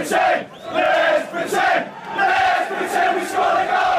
pretend! Let's pretend! Let's pretend we score the goal!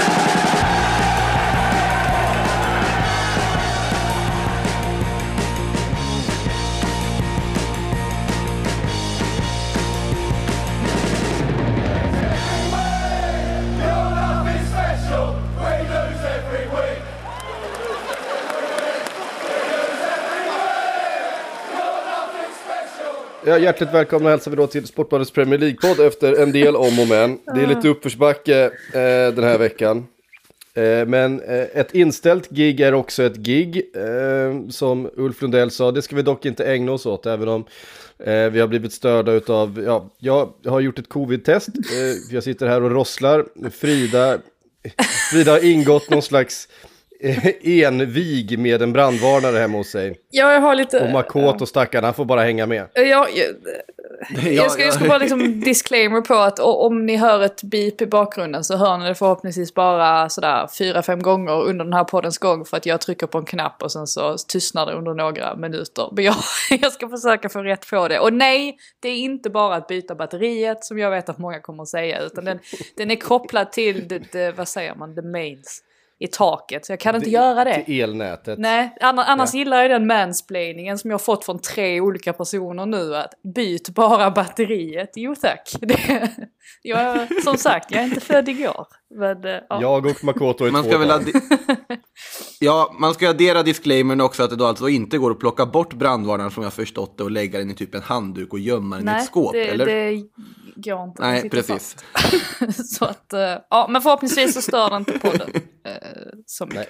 Ja, hjärtligt välkomna hälsar vi då till Sportbladets Premier League-podd efter en del om och men. Det är lite uppförsbacke den här veckan. Men ett inställt gig är också ett gig. Som Ulf Lundell sa, det ska vi dock inte ägna oss åt. Även om vi har blivit störda utav, ja, jag har gjort ett covid-test. Jag sitter här och rosslar. Frida har ingått någon slags envig med en brandvarnare hemma hos sig. Ja, jag har lite... Och Makoto stackarna, han får bara hänga med. Jag ska bara liksom disclaimer på att om ni hör ett beep i bakgrunden så hör ni det förhoppningsvis bara sådär 4-5 gånger under den här poddens gång, för att jag trycker på en knapp och sen så tystnar det under några minuter. Men jag ska försöka få rätt på det. Och nej, det är inte bara att byta batteriet som jag vet att många kommer att säga, utan den är kopplad till vad säger man, the mains i taket, så jag kan inte göra det. Till elnätet. Nej, annars gillar jag den mansplainingen som jag har fått från 3 olika personer nu, att byt bara batteriet. Jo tack. Som sagt, jag är inte född igår. Men, ja. Jag och Makoto är man ska man ska addera disclaimern också, att det då alltså inte går att plocka bort brandvarnaren som jag förstått det och lägga den i typ en handduk och gömma den i ett skåp, eller? Nej, det går inte. Nej, precis. Så att, ja, men förhoppningsvis så stör det inte på den. Nej.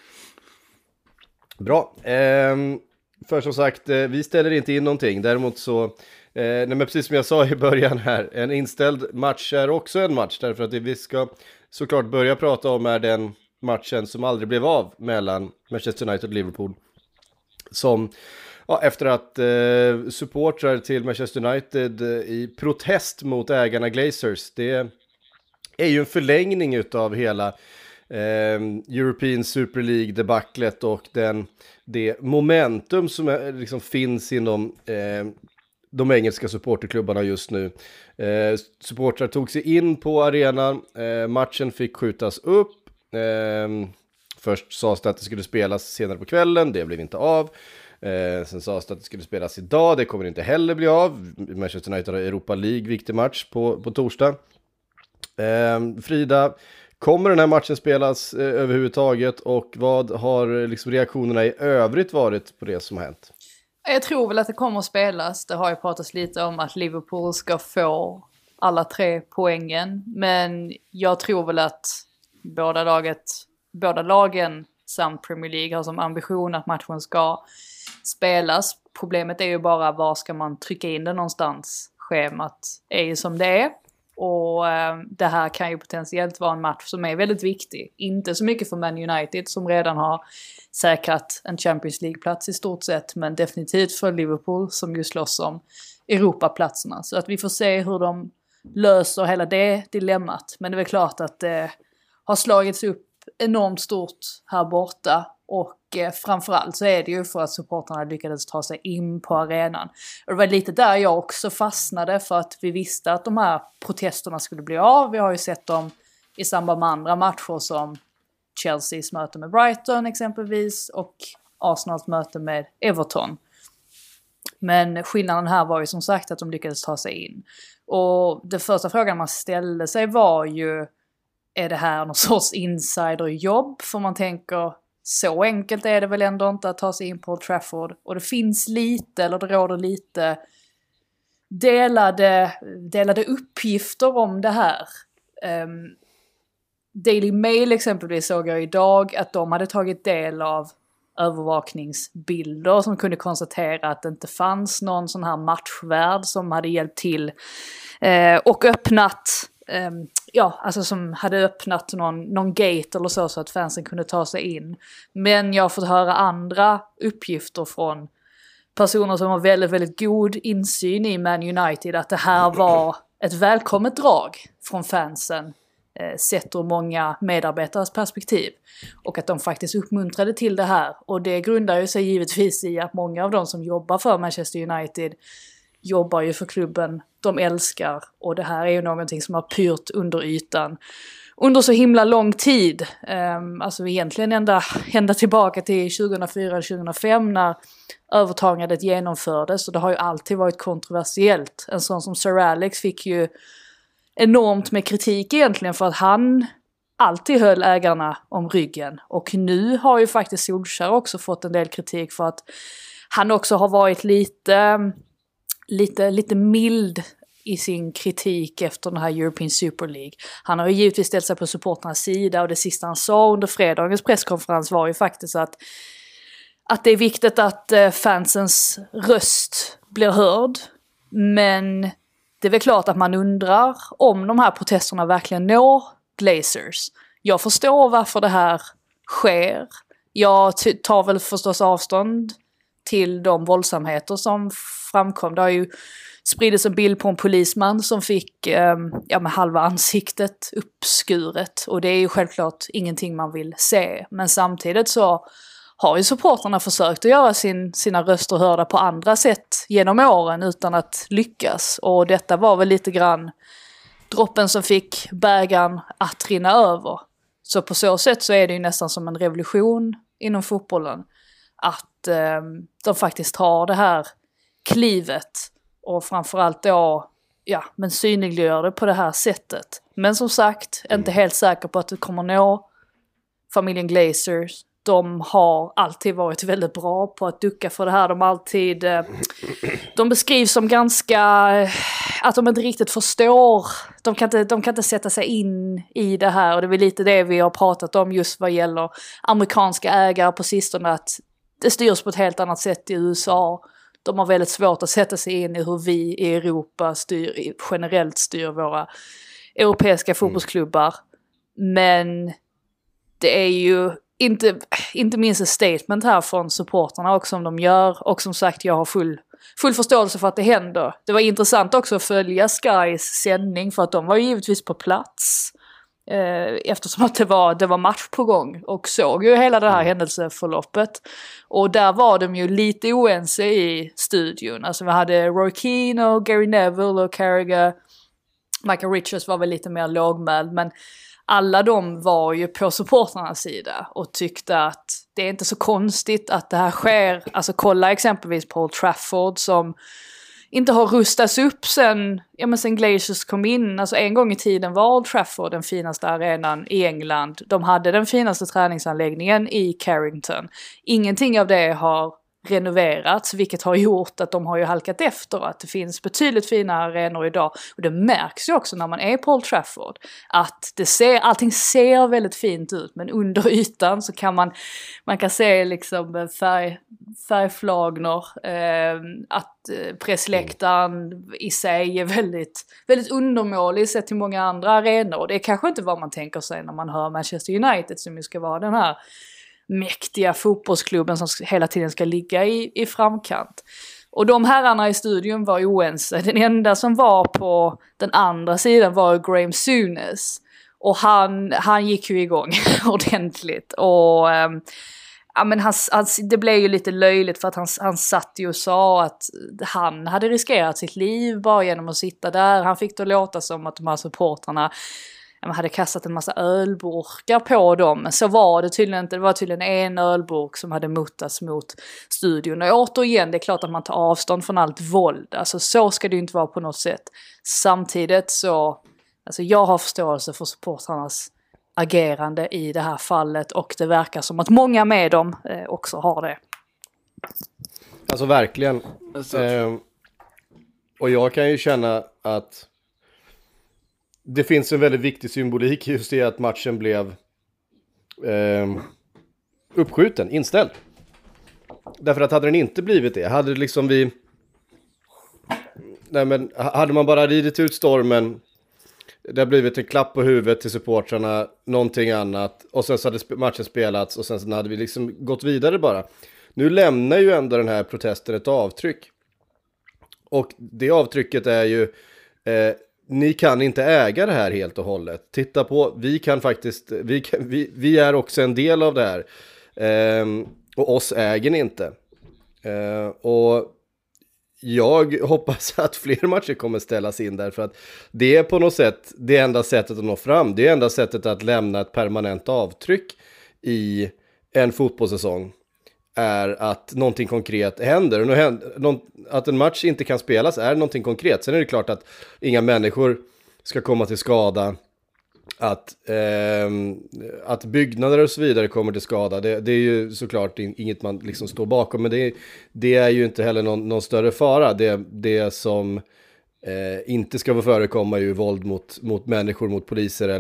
Bra. För som sagt, vi ställer inte in någonting. Däremot så, men precis som jag sa i början här, en inställd match är också en match. Därför att det vi ska såklart börja prata om är den matchen som aldrig blev av mellan Manchester United och Liverpool. Som, ja, efter att supportrar till Manchester United i protest mot ägarna Glazers, det är ju en förlängning utav hela European Super League-debaclet och det momentum som liksom finns inom de engelska supporterklubbarna just nu. Supportrar tog sig in på arenan, matchen fick skjutas upp. Först sades det att det skulle spelas senare på kvällen, det blev inte av. Sen sades det att det skulle spelas idag, det kommer inte heller bli av. Manchester United har Europa League, viktig match på torsdag. Frida, kommer den här matchen spelas överhuvudtaget, och vad har liksom reaktionerna i övrigt varit på det som har hänt? Jag tror väl att det kommer att spelas. Det har ju pratats lite om att Liverpool ska få alla 3 poängen. Men jag tror väl att båda lagen samt Premier League har som ambition att matchen ska spelas. Problemet är ju bara, var ska man trycka in det någonstans? Schemat är ju som det är. Och det här kan ju potentiellt vara en match som är väldigt viktig. Inte så mycket för Man United som redan har säkrat en Champions League-plats i stort sett. Men definitivt för Liverpool som ju slåss om Europaplatserna. Så att vi får se hur de löser hela det dilemmat. Men det är väl klart att det har slagits upp enormt stort här borta. Och framförallt så är det ju för att supporterna lyckades ta sig in på arenan. Och det var lite där jag också fastnade, för att vi visste att de här protesterna skulle bli av. Vi har ju sett dem i samband med andra matcher som Chelseas möte med Brighton exempelvis och Arsenals möte med Everton. Men skillnaden här var ju som sagt att de lyckades ta sig in. Och den första frågan man ställde sig var ju, är det här någon sorts insiderjobb? För man tänker, så enkelt är det väl ändå inte att ta sig in på Old Trafford. Och det finns lite, eller det råder lite delade uppgifter om det här. Daily Mail exempelvis såg jag idag att de hade tagit del av övervakningsbilder som kunde konstatera att det inte fanns någon sån här matchvärd som hade hjälpt till och öppnat, alltså som hade öppnat någon gate eller så att fansen kunde ta sig in. Men jag har fått höra andra uppgifter från personer som har väldigt, väldigt god insyn i Man United, att det här var ett välkommet drag från fansen sett ur många medarbetares perspektiv, och att de faktiskt uppmuntrade till det här. Och det grundar ju sig givetvis i att många av de som jobbar för Manchester United jobbar ju för klubben de älskar, och det här är ju någonting som har pyrt under ytan under så himla lång tid. Alltså egentligen ända tillbaka till 2004-2005 när övertagandet genomfördes, och det har ju alltid varit kontroversiellt. En sån som Sir Alex fick ju enormt med kritik egentligen för att han alltid höll ägarna om ryggen, och nu har ju faktiskt Solskjaer också fått en del kritik för att han också har varit lite mild i sin kritik efter den här European Super League. Han har ju givetvis ställt sig på supporternas sida, och det sista han sa under fredagens presskonferens var ju faktiskt att det är viktigt att fansens röst blir hörd, men det är väl klart att man undrar om de här protesterna verkligen når Glazers. Jag förstår varför det här sker. Jag tar väl förstås avstånd till de våldsamheter som framkom. Det har ju spridits en bild på en polisman som fick med halva ansiktet uppskuret, och det är ju självklart ingenting man vill se. Men samtidigt så har ju supporterna försökt att göra sina röster hörda på andra sätt genom åren utan att lyckas, och detta var väl lite grann droppen som fick bägaren att rinna över. Så på så sätt så är det ju nästan som en revolution inom fotbollen att de faktiskt har det här klivet, och framförallt då men synliggör det på det här sättet. Men som sagt, inte helt säker på att det kommer nå familjen Glazers. De har alltid varit väldigt bra på att ducka för det här. De beskrivs som ganska, att de inte riktigt förstår. De kan inte sätta sig in i det här, och det är väl lite det vi har pratat om just vad gäller amerikanska ägare på sistone, att det styrs på ett helt annat sätt i USA. De har väldigt svårt att sätta sig in i hur vi i Europa generellt styr våra europeiska fotbollsklubbar. Men det är ju inte minst ett statement här från supporterna också som de gör. Och som sagt, jag har full förståelse för att det händer. Det var intressant också att följa Skys sändning, för att de var givetvis på plats. Eftersom att det var match på gång, och såg ju hela det här händelseförloppet. Och där var de ju lite oense i studion. Alltså vi hade Roy Keane och Gary Neville och Carragher. Michael Richards var väl lite mer lågmäld, men alla de var ju på supporternas sida och tyckte att det är inte så konstigt att det här sker. Alltså kolla exempelvis på Old Trafford som inte har rustats upp sen Glazers kom in. Alltså en gång i tiden var Old Trafford den finaste arenan i England. De hade den finaste träningsanläggningen i Carrington. Ingenting av det har renoverats, vilket har gjort att de har ju halkat efter, att det finns betydligt finare arenor idag, och det märks ju också när man är på Old Trafford att allting ser väldigt fint ut, men under ytan så kan man kan se liksom färgflagor, att pressläktaren i sig är väldigt, väldigt undermålig sett till många andra arenor. Det är kanske inte vad man tänker sig när man hör Manchester United, som ju ska vara den här mäktiga fotbollsklubben som hela tiden ska ligga i framkant. Och de herrarna i studion var oense. Den enda som var på den andra sidan var Graham Souness. Och han gick ju igång ordentligt. Och det blev ju lite löjligt, för att han satt ju och sa att han hade riskerat sitt liv bara genom att sitta där. Han fick då låta som att de här supportrarna hade kastat en massa ölburkar på dem. Men så var det tydligen inte. Det var tydligen en ölburk som hade muttats mot studion. Och återigen, det är klart att man tar avstånd från allt våld. Alltså så ska det ju inte vara på något sätt. Samtidigt så, alltså jag har förståelse för supportrarnas agerande i det här fallet. Och det verkar som att många med dem också har det. Alltså verkligen. Och jag kan ju känna att det finns en väldigt viktig symbolik just i att matchen blev uppskjuten, inställd. Därför att hade den inte blivit det, hade man bara ridit ut stormen, det har blivit en klapp på huvudet till supportrarna, någonting annat, och sen så hade matchen spelats, och sen så hade vi liksom gått vidare bara. Nu lämnar ju ändå den här protesten ett avtryck. Och det avtrycket är ju ni kan inte äga det här helt och hållet. Titta på, vi kan faktiskt, vi är också en del av det här. Och oss äger ni inte. Och jag hoppas att fler matcher kommer ställas in där, för att det är på något sätt det enda sättet att nå fram. Det är enda sättet att lämna ett permanent avtryck i en fotbollssäsong, är att någonting konkret händer. Att en match inte kan spelas är någonting konkret. Sen är det klart att inga människor ska komma till skada, att byggnader och så vidare kommer till skada. Det är ju såklart inget man liksom står bakom, men det är ju inte heller någon större fara. Det som inte ska få förekomma är ju våld mot människor, mot poliser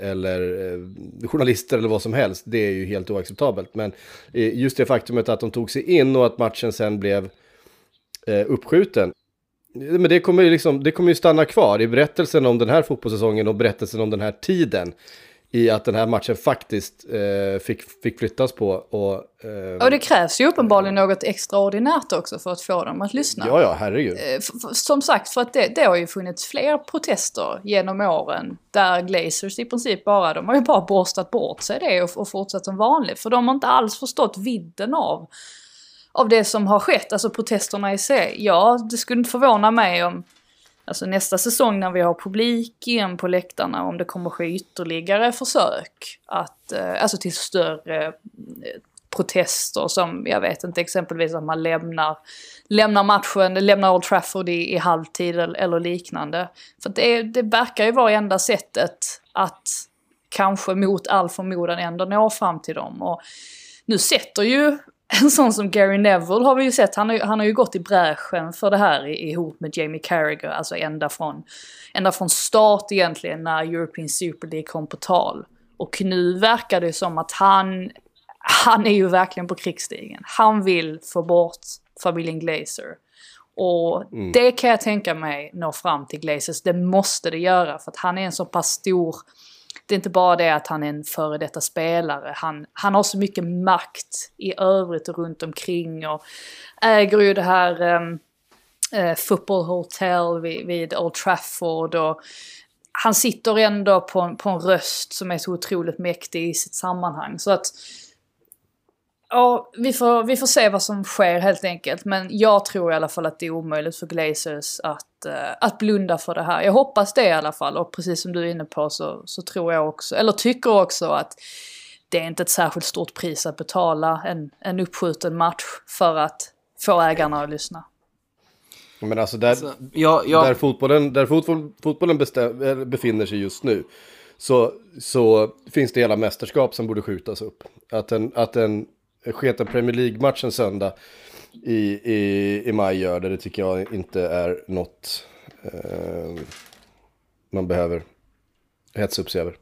eller journalister eller vad som helst. Det är ju helt oacceptabelt. Men just det faktumet att de tog sig in och att matchen sen blev uppskjuten, men det kommer ju stanna kvar i berättelsen om den här fotbollssäsongen och berättelsen om den här tiden, i att den här matchen faktiskt fick flyttas på. Och det krävs ju uppenbarligen något extraordinärt också för att få dem att lyssna. Ja, herregud. Som sagt, för att det har ju funnits fler protester genom åren där Glazers i princip de har ju bara borstat bort sig det och fortsatt som vanligt. För de har inte alls förstått vidden av det som har skett, alltså protesterna i sig. Ja, det skulle inte förvåna mig om nästa säsong när vi har publik igen på läktarna, om det kommer ske ytterligare försök till större protester, som jag vet inte, exempelvis att man lämnar matchen, lämnar Old Trafford i halvtid eller liknande. För det verkar ju vara enda sättet att kanske mot all förmodan ändå nå fram till dem. Och nu sätter ju en sån som Gary Neville, har vi ju sett, han har ju gått i bräschen för det här ihop med Jamie Carragher, alltså ända från start egentligen, när European Super League kom på tal. Och nu verkar det som att han är ju verkligen på krigsstigen. Han vill få bort familjen Glazer. Och det kan jag tänka mig nå fram till Glazers. Det måste det göra, för att han är en så pass stor... Det är inte bara det att han är en före detta spelare. Han har så mycket makt i övrigt och runt omkring. Och äger ju det här Football Hotel vid Old Trafford. Och han sitter ändå på en röst som är så otroligt mäktig i sitt sammanhang. Så att... Ja, vi får se vad som sker helt enkelt. Men jag tror i alla fall att det är omöjligt för Glazers att blunda för det här. Jag hoppas det i alla fall. Och precis som du är inne på så tror jag också, eller tycker också, att det är inte ett särskilt stort pris att betala en uppskjuten match för att få ägarna att lyssna. Men alltså där fotbollen befinner sig just nu, så finns det hela mästerskap som borde skjutas upp. Att en sketen Premier League-matchen söndag i maj gör det tycker jag inte är något man behöver hetsa upp sig över.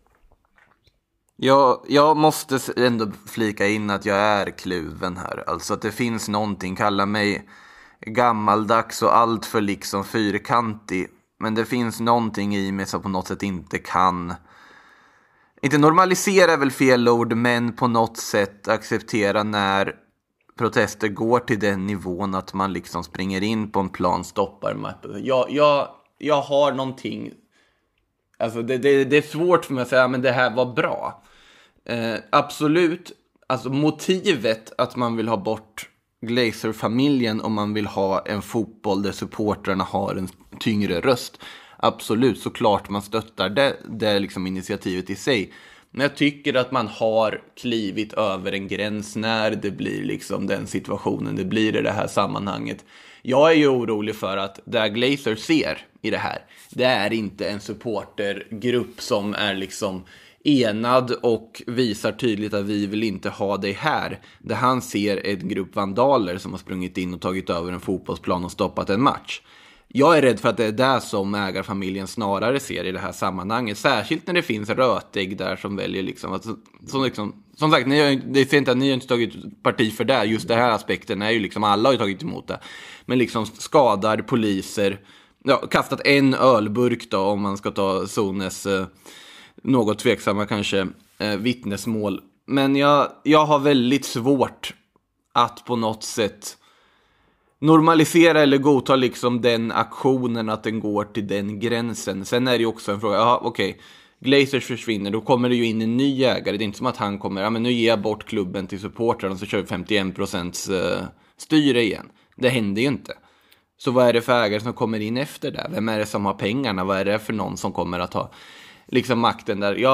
Jag måste ändå flika in att jag är kluven här. Alltså att det finns någonting, kalla mig gammaldags och allt för liksom fyrkantig, men det finns någonting i mig som på något sätt inte normalisera är väl fel ord, men på något sätt acceptera när protester går till den nivån att man liksom springer in på en plan, stoppar mappen. Jag har någonting, alltså det är svårt för mig att säga, men det här var bra. Absolut, alltså motivet att man vill ha bort Glazer-familjen om man vill ha en fotboll där supportrarna har en tyngre röst. Absolut, såklart man stöttar det liksom initiativet i sig. Men jag tycker att man har klivit över en gräns när det blir liksom den situationen det blir i det här sammanhanget. Jag är ju orolig för att det Glazer ser i det här, det är inte en supportergrupp som är liksom enad och visar tydligt att vi vill inte ha dig här. Det han ser är en grupp vandaler som har sprungit in och tagit över en fotbollsplan och stoppat en match. Jag är rädd för att det är det som ägarfamiljen snarare ser i det här sammanhanget. Särskilt när det finns rötägg där som väljer liksom, som sagt, det ser inte att ni har inte tagit parti för det. Just det här aspekten är ju liksom, alla har ju tagit emot det. Men liksom skadar poliser, kastat en ölburk då, om man ska ta Sones något tveksamma kanske vittnesmål. Men jag har väldigt svårt att på något sätt normalisera eller godta liksom den aktionen, att den går till den gränsen. Sen är det ju också en fråga, okej, Glazers försvinner, då kommer det ju in en ny ägare. Det är inte som att han kommer, men nu ger jag bort klubben till supportrarna så kör vi 51% styre igen. Det händer ju inte. Så vad är det för ägare som kommer in efter det? Vem är det som har pengarna? Vad är det för någon som kommer att ha liksom makten där?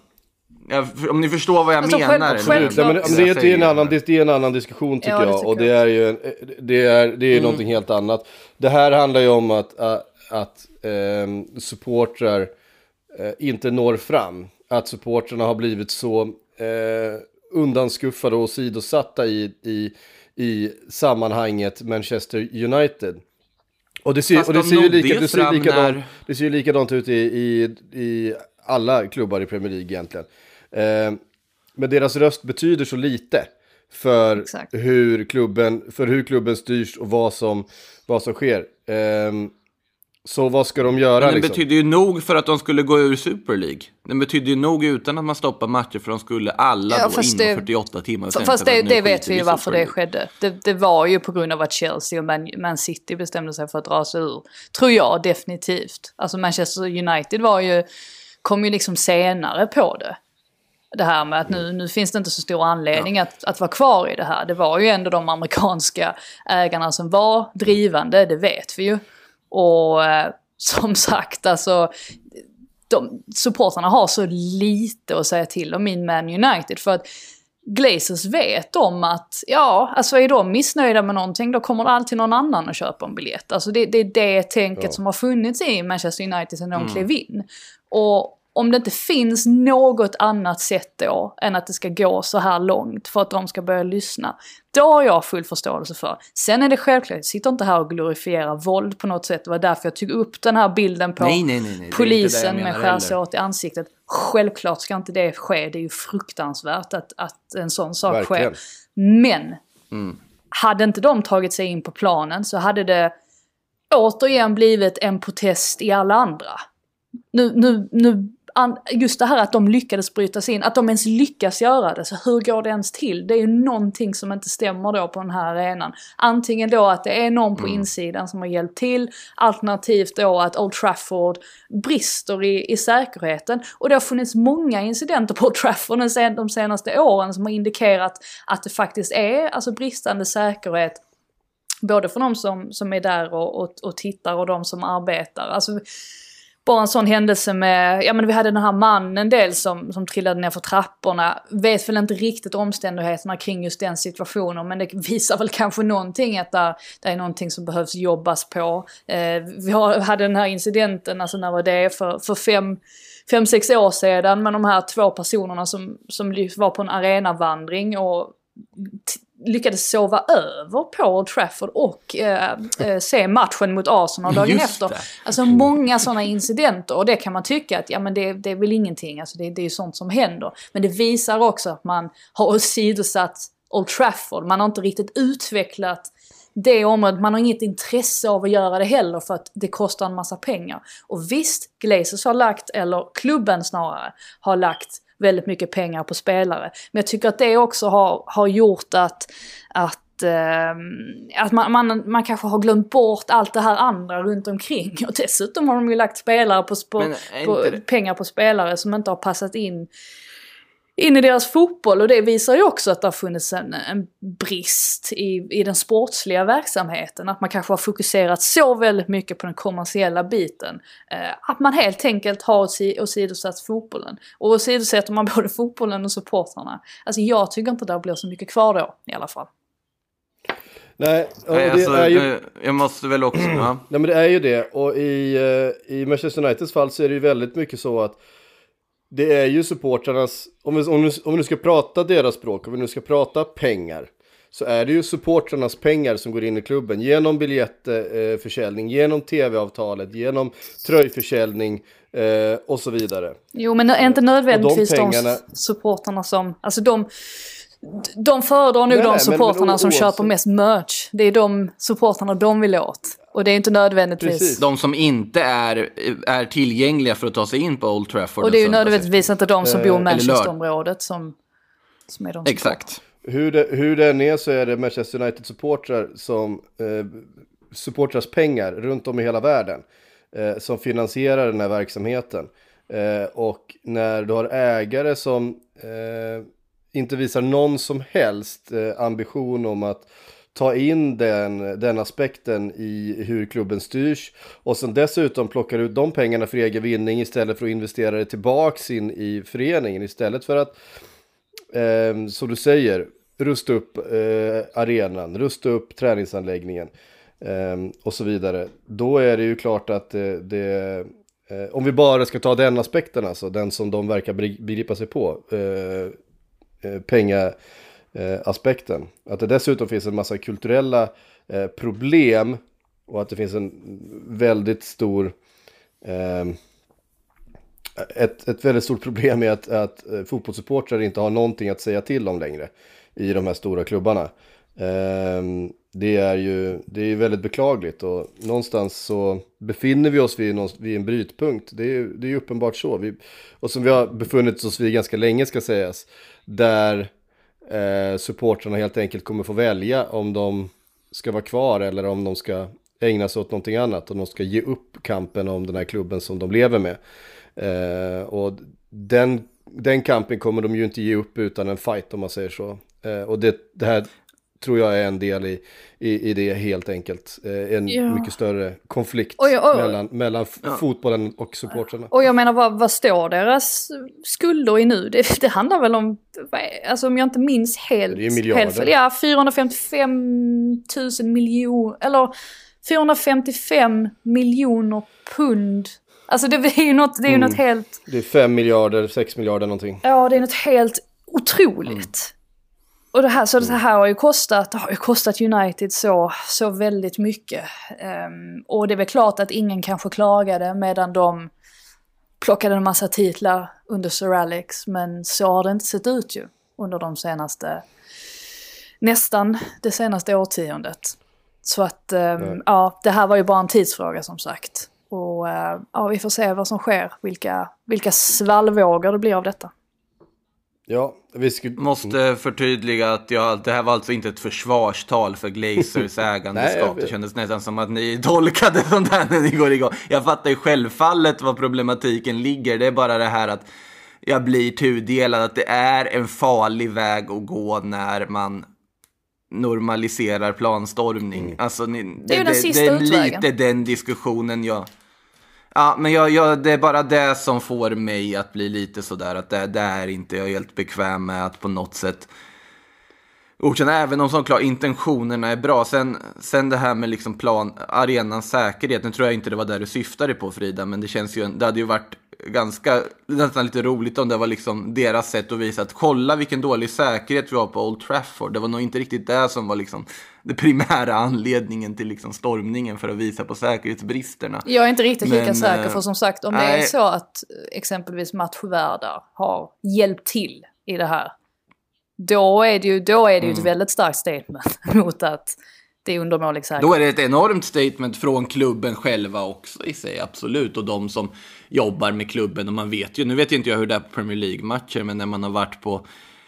Om ni förstår vad jag menar. Det är en annan diskussion tycker jag. Och det är ju det är någonting helt annat. Det här handlar ju om att supportrar inte når fram. Att supportrarna har blivit så undanskuffade och sidosatta i sammanhanget Manchester United. Och det ser ju likadant ut i alla klubbar i Premier League egentligen. Men deras röst betyder så lite för hur klubben styrs och vad som sker. Så vad ska de göra? Men den betyder ju nog för att de skulle gå ur Super League. Den betyder ju nog utan att man stoppar matcher, för de skulle alla inom 48 timmar. Fast det vet vi ju varför det skedde. Det var ju på grund av att Chelsea och Man City bestämde sig för att dra sig ur. Tror jag definitivt. Alltså Manchester United kom ju liksom senare på det. Det här med att nu finns det inte så stor anledning att vara kvar i det här. Det var ju ändå de amerikanska ägarna som var drivande, det vet vi ju. Och som sagt, alltså supportarna har så lite att säga till om min Man United, för att Glazers vet om att alltså är de missnöjda med någonting, då kommer det alltid någon annan att köpa en biljett. Alltså det är det tänket som har funnits i Manchester United sedan de klev in. Och om det inte finns något annat sätt då än att det ska gå så här långt för att de ska börja lyssna, då har jag full förståelse för. Sen är det självklart, jag sitter inte här och glorifierar våld på något sätt. Det var därför jag tog upp den här bilden på polisen med skärsåt i ansiktet. Självklart ska inte det ske, det är ju fruktansvärt att en sån sak sker. Men hade inte de tagit sig in på planen så hade det återigen blivit en protest i alla andra. Nu just det här att de lyckades bryta sig in, att de ens lyckas göra det, så hur går det ens till? Det är ju någonting som inte stämmer då på den här arenan. Antingen då att det är någon på insidan som har hjälpt till, alternativt då att Old Trafford brister i säkerheten. Och det har funnits många incidenter på Old Trafford de senaste åren som har indikerat att det faktiskt är alltså bristande säkerhet, både för de som är där och tittar och de som arbetar. Alltså bara en sån händelse med, vi hade den här mannen som trillade ner för trapporna. Vet väl inte riktigt omständigheterna kring just den situationen, men det visar väl kanske någonting att det är någonting som behövs jobbas på. Vi hade den här incidenten, alltså när var det? För 5-6 år sedan, med de här 2 personerna som var på en arenavandring och lyckades sova över på Old Trafford och se matchen mot Arsenal dagen efter. Alltså många sådana incidenter, och det kan man tycka att det är väl ingenting, alltså det är ju sånt som händer. Men det visar också att man har åsidosatt Old Trafford. Man har inte riktigt utvecklat det området, man har inget intresse av att göra det heller för att det kostar en massa pengar. Och visst, Glazers har lagt, eller klubben snarare, har lagt väldigt mycket pengar på spelare. Men jag tycker att det också har gjort att man kanske har glömt bort allt det här andra runt omkring. Och dessutom har de ju lagt pengar på spelare som inte har passat in i deras fotboll. Och det visar ju också att det har funnits en brist i den sportsliga verksamheten. Att man kanske har fokuserat så väldigt mycket på den kommersiella biten. Att man helt enkelt har åsidosatt fotbollen. Och åsidosätter man både fotbollen och supportrarna. Alltså jag tycker inte det blir så mycket kvar då i alla fall. Nej, jag måste väl också... Nej, men det är ju det. Och i Manchester Uniteds fall så är det ju väldigt mycket så att det är ju supportrarnas, om vi nu ska prata deras språk, om vi nu ska prata pengar, så är det ju supportrarnas pengar som går in i klubben genom biljettförsäljning, genom tv-avtalet, genom tröjförsäljning och så vidare. Jo, men är inte nödvändigtvis de supportrarna som, alltså de föredrar nog de supportrarna som köper mest merch. Det är de supportrarna de vill åt. Och det är inte nödvändigtvis... Precis. De som inte är tillgängliga för att ta sig in på Old Trafford. Och det är ju nödvändigtvis inte de som bor i Manchester-området som är de. Exakt. Hur det än är så är det Manchester United-supportrar som supportras pengar runt om i hela världen som finansierar den här verksamheten. Och när du har ägare som inte visar någon som helst ambition om att ta in den aspekten i hur klubben styrs och sen dessutom plockar ut de pengarna för egen vinning istället för att investera det tillbaks in i föreningen, istället för att som du säger, rusta upp arenan, rusta upp träningsanläggningen och så vidare. Då är det ju klart att om vi bara ska ta den aspekten, alltså den som de verkar begripa sig på, pengaspekten, att det dessutom finns en massa kulturella problem och att det finns en väldigt stor ett väldigt stort problem är att fotbollssupportrar inte har någonting att säga till om längre i de här stora klubbarna. Det är ju väldigt beklagligt, och någonstans så befinner vi oss vid en brytpunkt. Det är ju uppenbart så. Och som vi har befunnit oss vid ganska länge, ska sägas, där supportrarna helt enkelt kommer få välja om de ska vara kvar eller om de ska ägna sig åt någonting annat, och de ska ge upp kampen om den här klubben som de lever med. Och den kampen kommer de ju inte ge upp utan en fight, om man säger så. Och det här tror jag är en del i det, helt enkelt. Mycket större konflikt mellan fotbollen och supportrarna. Och jag menar, vad står deras skulder i nu? Det handlar väl om, alltså om jag inte minns helt... Det är miljarder. Ja, 455 000 miljoner, eller 455 miljoner pund. Alltså det är ju något helt... Det är 5 miljarder, 6 miljarder någonting. Ja, det är något helt otroligt. Och det här har ju kostat United så väldigt mycket. Och det är väl klart att ingen kanske klagade medan de plockade en massa titlar under Sir Alex. Men så har det inte sett ut ju under nästan det senaste årtiondet. Så att det här var ju bara en tidsfråga, som sagt. Och vi får se vad som sker, vilka svallvågor det blir av detta. Ja, måste förtydliga att det här var alltså inte ett försvarstal för Glazers ägandeskap. Det kändes nästan som att ni tolkade sånt här när ni går igång. Jag fattar ju självfallet vad problematiken ligger. Det är bara det här att jag blir tudelad, att det är en farlig väg att gå när man normaliserar planstormning. Alltså, det är lite den diskussionen Ja, men det är bara det som får mig att bli lite sådär, att det är inte jag helt bekväm med att på något sätt okänna, även om som klart intentionerna är bra. Sen det här med liksom arenans säkerhet, nu tror jag inte det var där du syftade på, Frida, men det hade ju varit nästan lite roligt om det var liksom deras sätt att visa att kolla vilken dålig säkerhet vi har på Old Trafford. Det var nog inte riktigt det som var liksom det primära anledningen till liksom stormningen, för att visa på säkerhetsbristerna. Jag är inte riktigt lika säker, för som sagt, om det är så att exempelvis matchvärdar har hjälpt till i det här, då är det ju ett väldigt starkt statement mot att det är undermålig säkerhet. Då är det ett enormt statement från klubben själva också i sig, absolut. Och de som jobbar med klubben, och man vet ju, nu vet inte jag hur det är på Premier League-matcher, men när man har varit på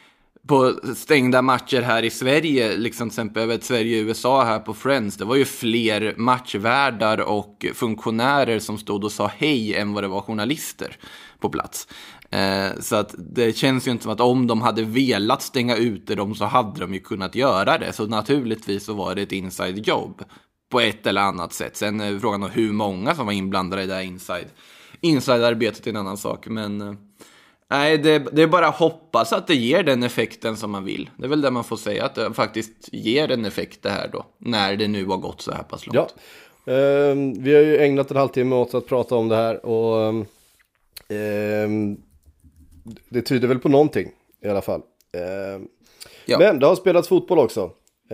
stängda matcher här i Sverige, liksom till exempel över Sverige-USA här på Friends, det var ju fler matchvärdar och funktionärer som stod och sa hej än vad det var journalister på plats. Så att det känns ju inte som att om de hade velat stänga ute dem så hade de ju kunnat göra det. Så naturligtvis så var det ett inside jobb på ett eller annat sätt. Sen är frågan om hur många som var inblandade i det här inside-arbetet är en annan sak. Men nej, det är bara hoppas att det ger den effekten som man vill. Det är väl det man får säga, att det faktiskt ger en effekt det här då, när det nu har gått så här pass långt. Ja, vi har ju ägnat en halvtimme åt att prata om det här, och det tyder väl på någonting i alla fall. Ja. Men det har spelats fotboll också.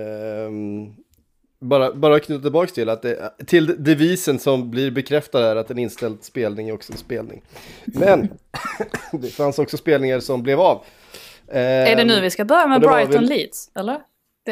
Bara knyta tillbaka till att till devisen som blir bekräftad är att en inställd spelning är också en spelning. Men det fanns också spelningar som blev av. Är det nu vi ska börja med Brighton Leeds, eller?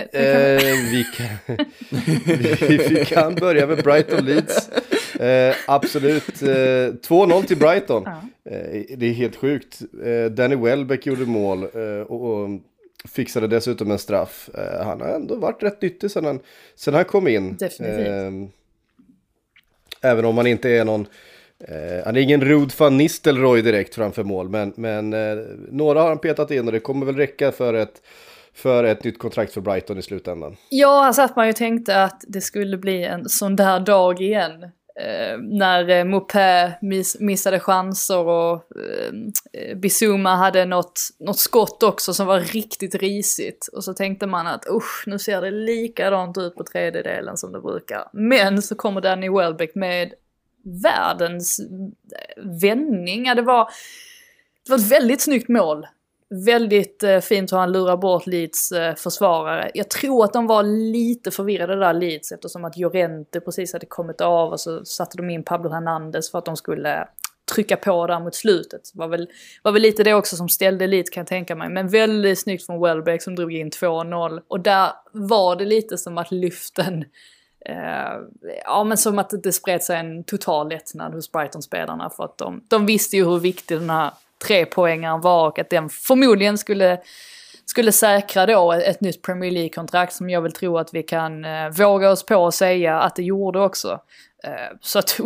Vi kan börja med Brighton Leeds. Absolut. 2-0 till Brighton. Det är helt sjukt. Danny Welbeck gjorde mål och fixade dessutom en straff. Han har ändå varit rätt nyttig sen han kom in. Definitivt. Även om han inte är någon... han är ingen Ruud van Nistelrooy direkt framför mål. Men några har han petat in, och det kommer väl räcka för för ett nytt kontrakt för Brighton i slutändan. Ja, alltså att man ju tänkte att det skulle bli en sån där dag igen. När Mopé missade chanser och Bissouma hade något skott också som var riktigt risigt. Och så tänkte man att nu ser det likadant ut på tredjedelen som det brukar. Men så kommer Danny Welbeck med världens vändning. Ja, det var ett väldigt snyggt mål. Väldigt fint hur han lurar bort Leeds försvarare. Jag tror att de var lite förvirrade där Leeds eftersom att Llorente precis hade kommit av och så satte de in Pablo Hernandez för att de skulle trycka på där mot slutet. Var väl lite det också som ställde Leeds kan jag tänka mig. Men väldigt snyggt från Welbeck som drog in 2-0. Och där var det lite som att lyften... men som att det spred sig en total lättnad hos Brighton-spelarna för att de visste ju hur viktig den här 3-poängaren var och att den förmodligen skulle säkra då ett nytt Premier League-kontrakt som jag vill tro att vi kan våga oss på och säga att det gjorde också. Så att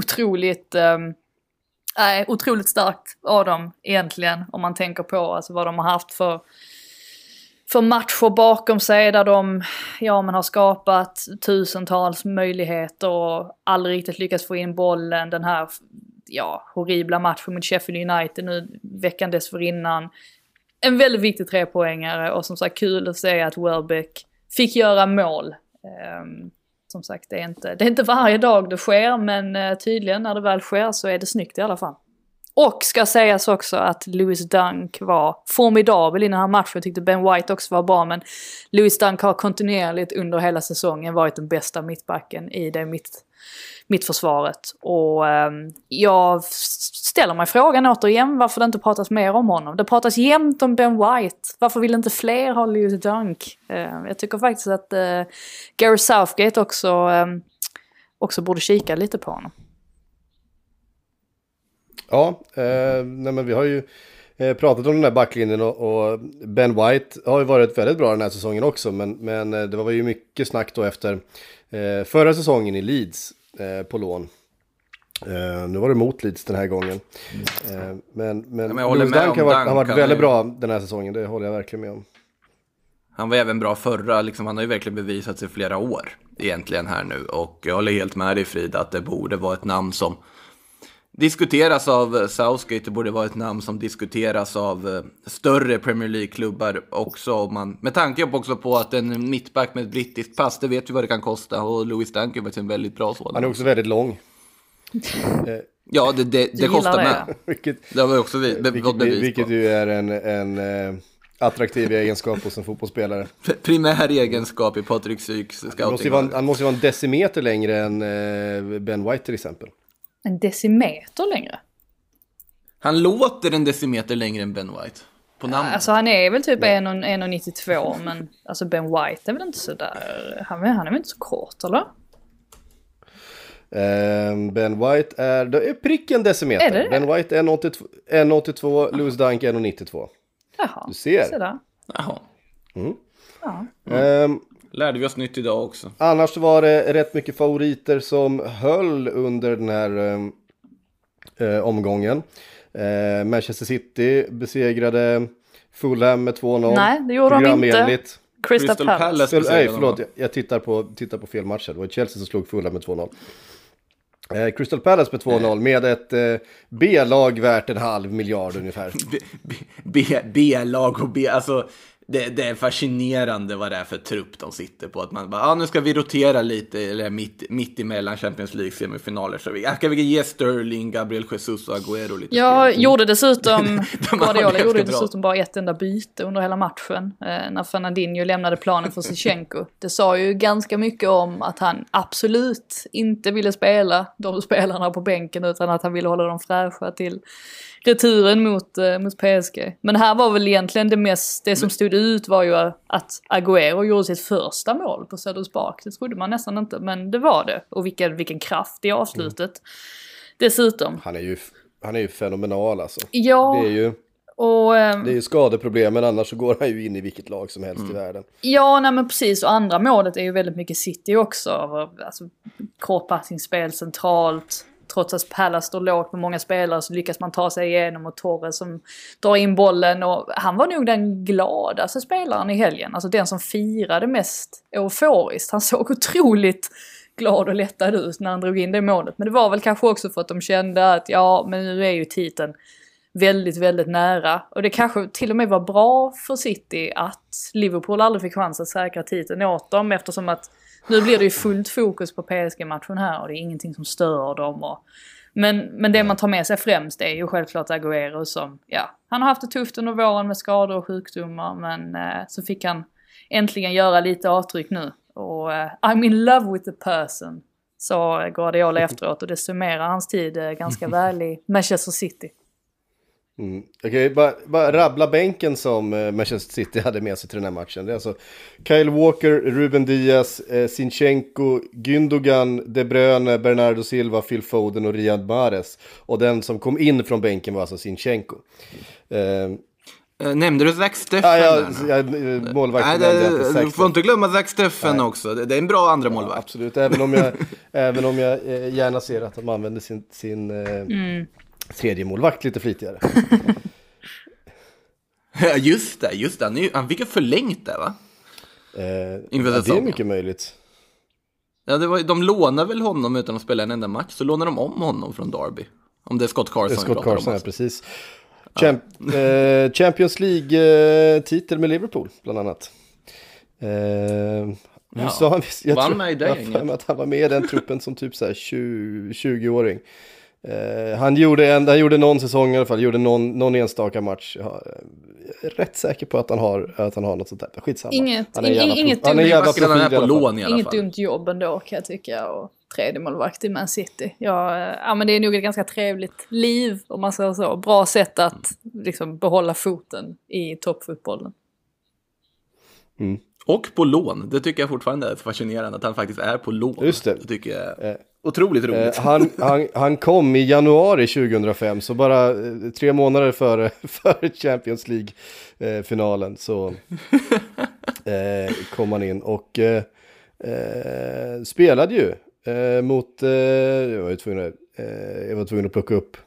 otroligt starkt av dem egentligen om man tänker på alltså vad de har haft för matcher bakom sig där de har skapat tusentals möjligheter och aldrig riktigt lyckats få in bollen. Den här horribla matchen mot Sheffield United nu veckan dessförinnan. En väldigt viktig 3-poängare och som sagt kul att se att Welbeck fick göra mål. Som sagt det är inte varje dag det sker men tydligen när det väl sker så är det snyggt i alla fall. Och ska sägas också att Lewis Dunk var formidabel i den här matchen. Jag tyckte Ben White också var bra men Lewis Dunk har kontinuerligt under hela säsongen varit den bästa mittbacken i det mittförsvaret. Och jag ställer mig frågan återigen varför det inte pratas mer om honom. Det pratas jämt om Ben White. Varför vill inte fler ha Lewis Dunk? Jag tycker faktiskt att Gary Southgate också borde kika lite på honom. Ja, men vi har ju pratat om den här backlinjen och Ben White har ju varit väldigt bra den här säsongen också men det var ju mycket snack då efter förra säsongen i Leeds på lån. Nu var det mot Leeds den här gången. Men Lewis Dunk har varit väldigt bra den här säsongen, det håller jag verkligen med om. Han var även bra förra, liksom, han har ju verkligen bevisat sig flera år egentligen här nu och jag håller helt med dig Frida att det borde vara ett namn som diskuteras av Southgate, det borde vara ett namn som diskuteras av större Premier League-klubbar också. Med tanke också på att en mittback med ett brittiskt pass, det vet vi vad det kan kosta. Och Lewis Dunk är faktiskt en väldigt bra sådan. Han är också väldigt lång. Ja, det kostar med. Det har vi också fått bevis vilket på. ju är en attraktiv egenskap hos en fotbollsspelare. Primär egenskap i Patrik Syks scouting. Han måste ju vara en decimeter längre än Ben White till exempel. En decimeter längre? Han låter en decimeter längre än Ben White. På namnet. Alltså han är väl typ 1,92 men alltså Ben White är väl inte så där. Han är väl inte så kort, eller? Ben White är pricken decimeter. Är det? Ben White är 1,82, Lewis Dunk 1,92. Jaha. Du ser. Jaha. Mm. Ja. Lärde vi oss nytt idag också. Annars var det rätt mycket favoriter som höll under den här omgången. Manchester City besegrade Fulham med 2-0. Nej, det gjorde de inte. Crystal Palace. Nej, förlåt. Jag tittar på fel matcher. Det var Chelsea som slog Fulham med 2-0. Crystal Palace med 2-0 med ett B-lag värt 500 miljoner ungefär. B-lag och alltså det är fascinerande vad det är för trupp de sitter på. Att man bara, nu ska vi rotera lite eller mitt emellan Champions League semifinaler. Så ska vi ge Sterling, Gabriel Jesus och Agüero lite spel. Gjorde dessutom Guardiola gjorde dessutom bara ett enda byte under hela matchen. När Fernandinho lämnade planen för Zinchenko. Det sa ju ganska mycket om att han absolut inte ville spela de spelarna på bänken utan att han ville hålla dem fräscha till returen mot PSG. Men här var väl egentligen det som stod ut var ju att Agüero gjorde sitt första mål på Selhurst Park. Det trodde man nästan inte, men det var det. Och vilken kraft i avslutet. Dessutom. Han är ju fenomenal alltså. Ja. Det är ju skadeproblem, men annars så går han ju in i vilket lag som helst i världen. Ja, nej men precis. Och andra målet är ju väldigt mycket City också. Alltså kortpassningsspel centralt. trots att Palace står lågt med många spelare så lyckas man ta sig igenom, och Torres som drar in bollen, och han var nog den gladaste spelaren i helgen. Alltså den som firade mest euforiskt. Han såg otroligt glad och lättad ut när han drog in det målet. Men det var väl kanske också för att de kände att ja, men nu är ju titeln väldigt, väldigt nära. Och det kanske till och med var bra för City att Liverpool aldrig fick chans att säkra titeln åt dem, eftersom att nu blir det ju fullt fokus på PSG-matchen här och det är ingenting som stör dem. Men det man tar med sig främst är ju självklart Agüero som, ja, han har haft det tufft under våren med skador och sjukdomar, men så fick han äntligen göra lite avtryck nu. Och I'm in love with the person, sa Guardiola efteråt, och det summerar hans tid ganska väl i Manchester City. Okej, bara rabbla bänken som Manchester City hade med sig till den här matchen. Det är alltså Kyle Walker, Ruben Diaz, Zinchenko, Gündogan, De Bruyne, Bernardo Silva, Phil Foden och Riyad Mahrez. Och den som kom in från bänken var alltså Zinchenko. Nämnde du Zach Steffen? Målvakten. Du får inte glömma Zach Steffen också. Det är en bra andra målvakt. Absolut, även om jag gärna ser att de använder sin tredje målvakt lite flitigare. Just det. Han fick ju förlängt det, va? Det är mycket möjligt. Ja, de lånar väl honom utan att spela en enda match. Så lånar de om honom från Derby. Om det är Scott Carson. Det är Scott Carson, ja, precis. Champions League-titel med Liverpool, bland annat. Jag vann med i det tror att han var med i den truppen som typ så här 20-åring. Han gjorde någon säsong i alla fall, gjorde någon enstaka match. Jag är rätt säker på att han har något sånt där. Skitsamma. Inget dumt jobb ändå, kan jag tycka, och tredje målvakt i Man City. Ja, men det är nog ett ganska trevligt liv, om man säger så. Bra sätt att liksom behålla foten i toppfotbollen. Och på lån. Det tycker jag fortfarande är fascinerande att han faktiskt är på lån. Just det. Det tycker jag är otroligt roligt. Han kom i januari 2005, så bara 3 månader före Champions League-finalen så kom han in och spelade ju mot jag var tvungen att plocka upp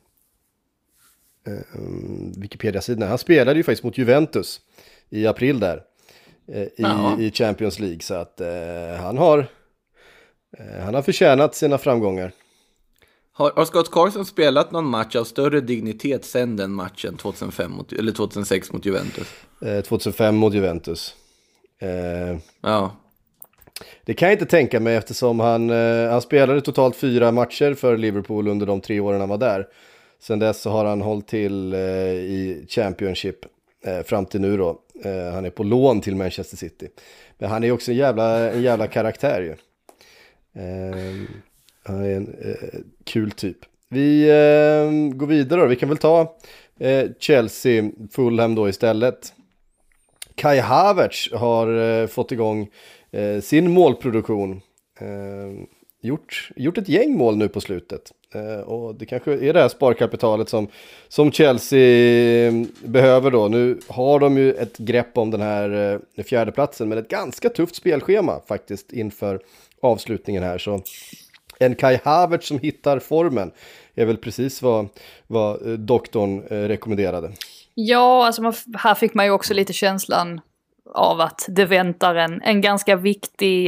Wikipedia-sidan. Han spelade ju faktiskt mot Juventus i april där i Champions League, så att han har förtjänat sina framgångar. Har Scott Carson spelat någon match av större dignitet sen den matchen 2006 mot Juventus? 2005 mot Juventus. Ja. Det kan jag inte tänka mig, eftersom han spelade totalt 4 matcher för Liverpool under de 3 åren han var där. Sen dess så har han hållit till i Championship fram till nu då. Han är på lån till Manchester City. Men han är också en jävla karaktär ju. Han är en kul typ. Vi går vidare då. Vi kan väl ta Chelsea Fulham då istället. Kai Havertz har fått igång sin målproduktion. Gjort ett gäng mål nu på slutet. Och det kanske är det här sparkapitalet som Chelsea behöver då. Nu har de ju ett grepp om den här 4:e platsen, men ett ganska tufft spelschema faktiskt inför avslutningen här. Så en Kai Havertz som hittar formen är väl precis vad doktorn rekommenderade. Ja, alltså här fick man ju också lite känslan av att det väntar en ganska viktig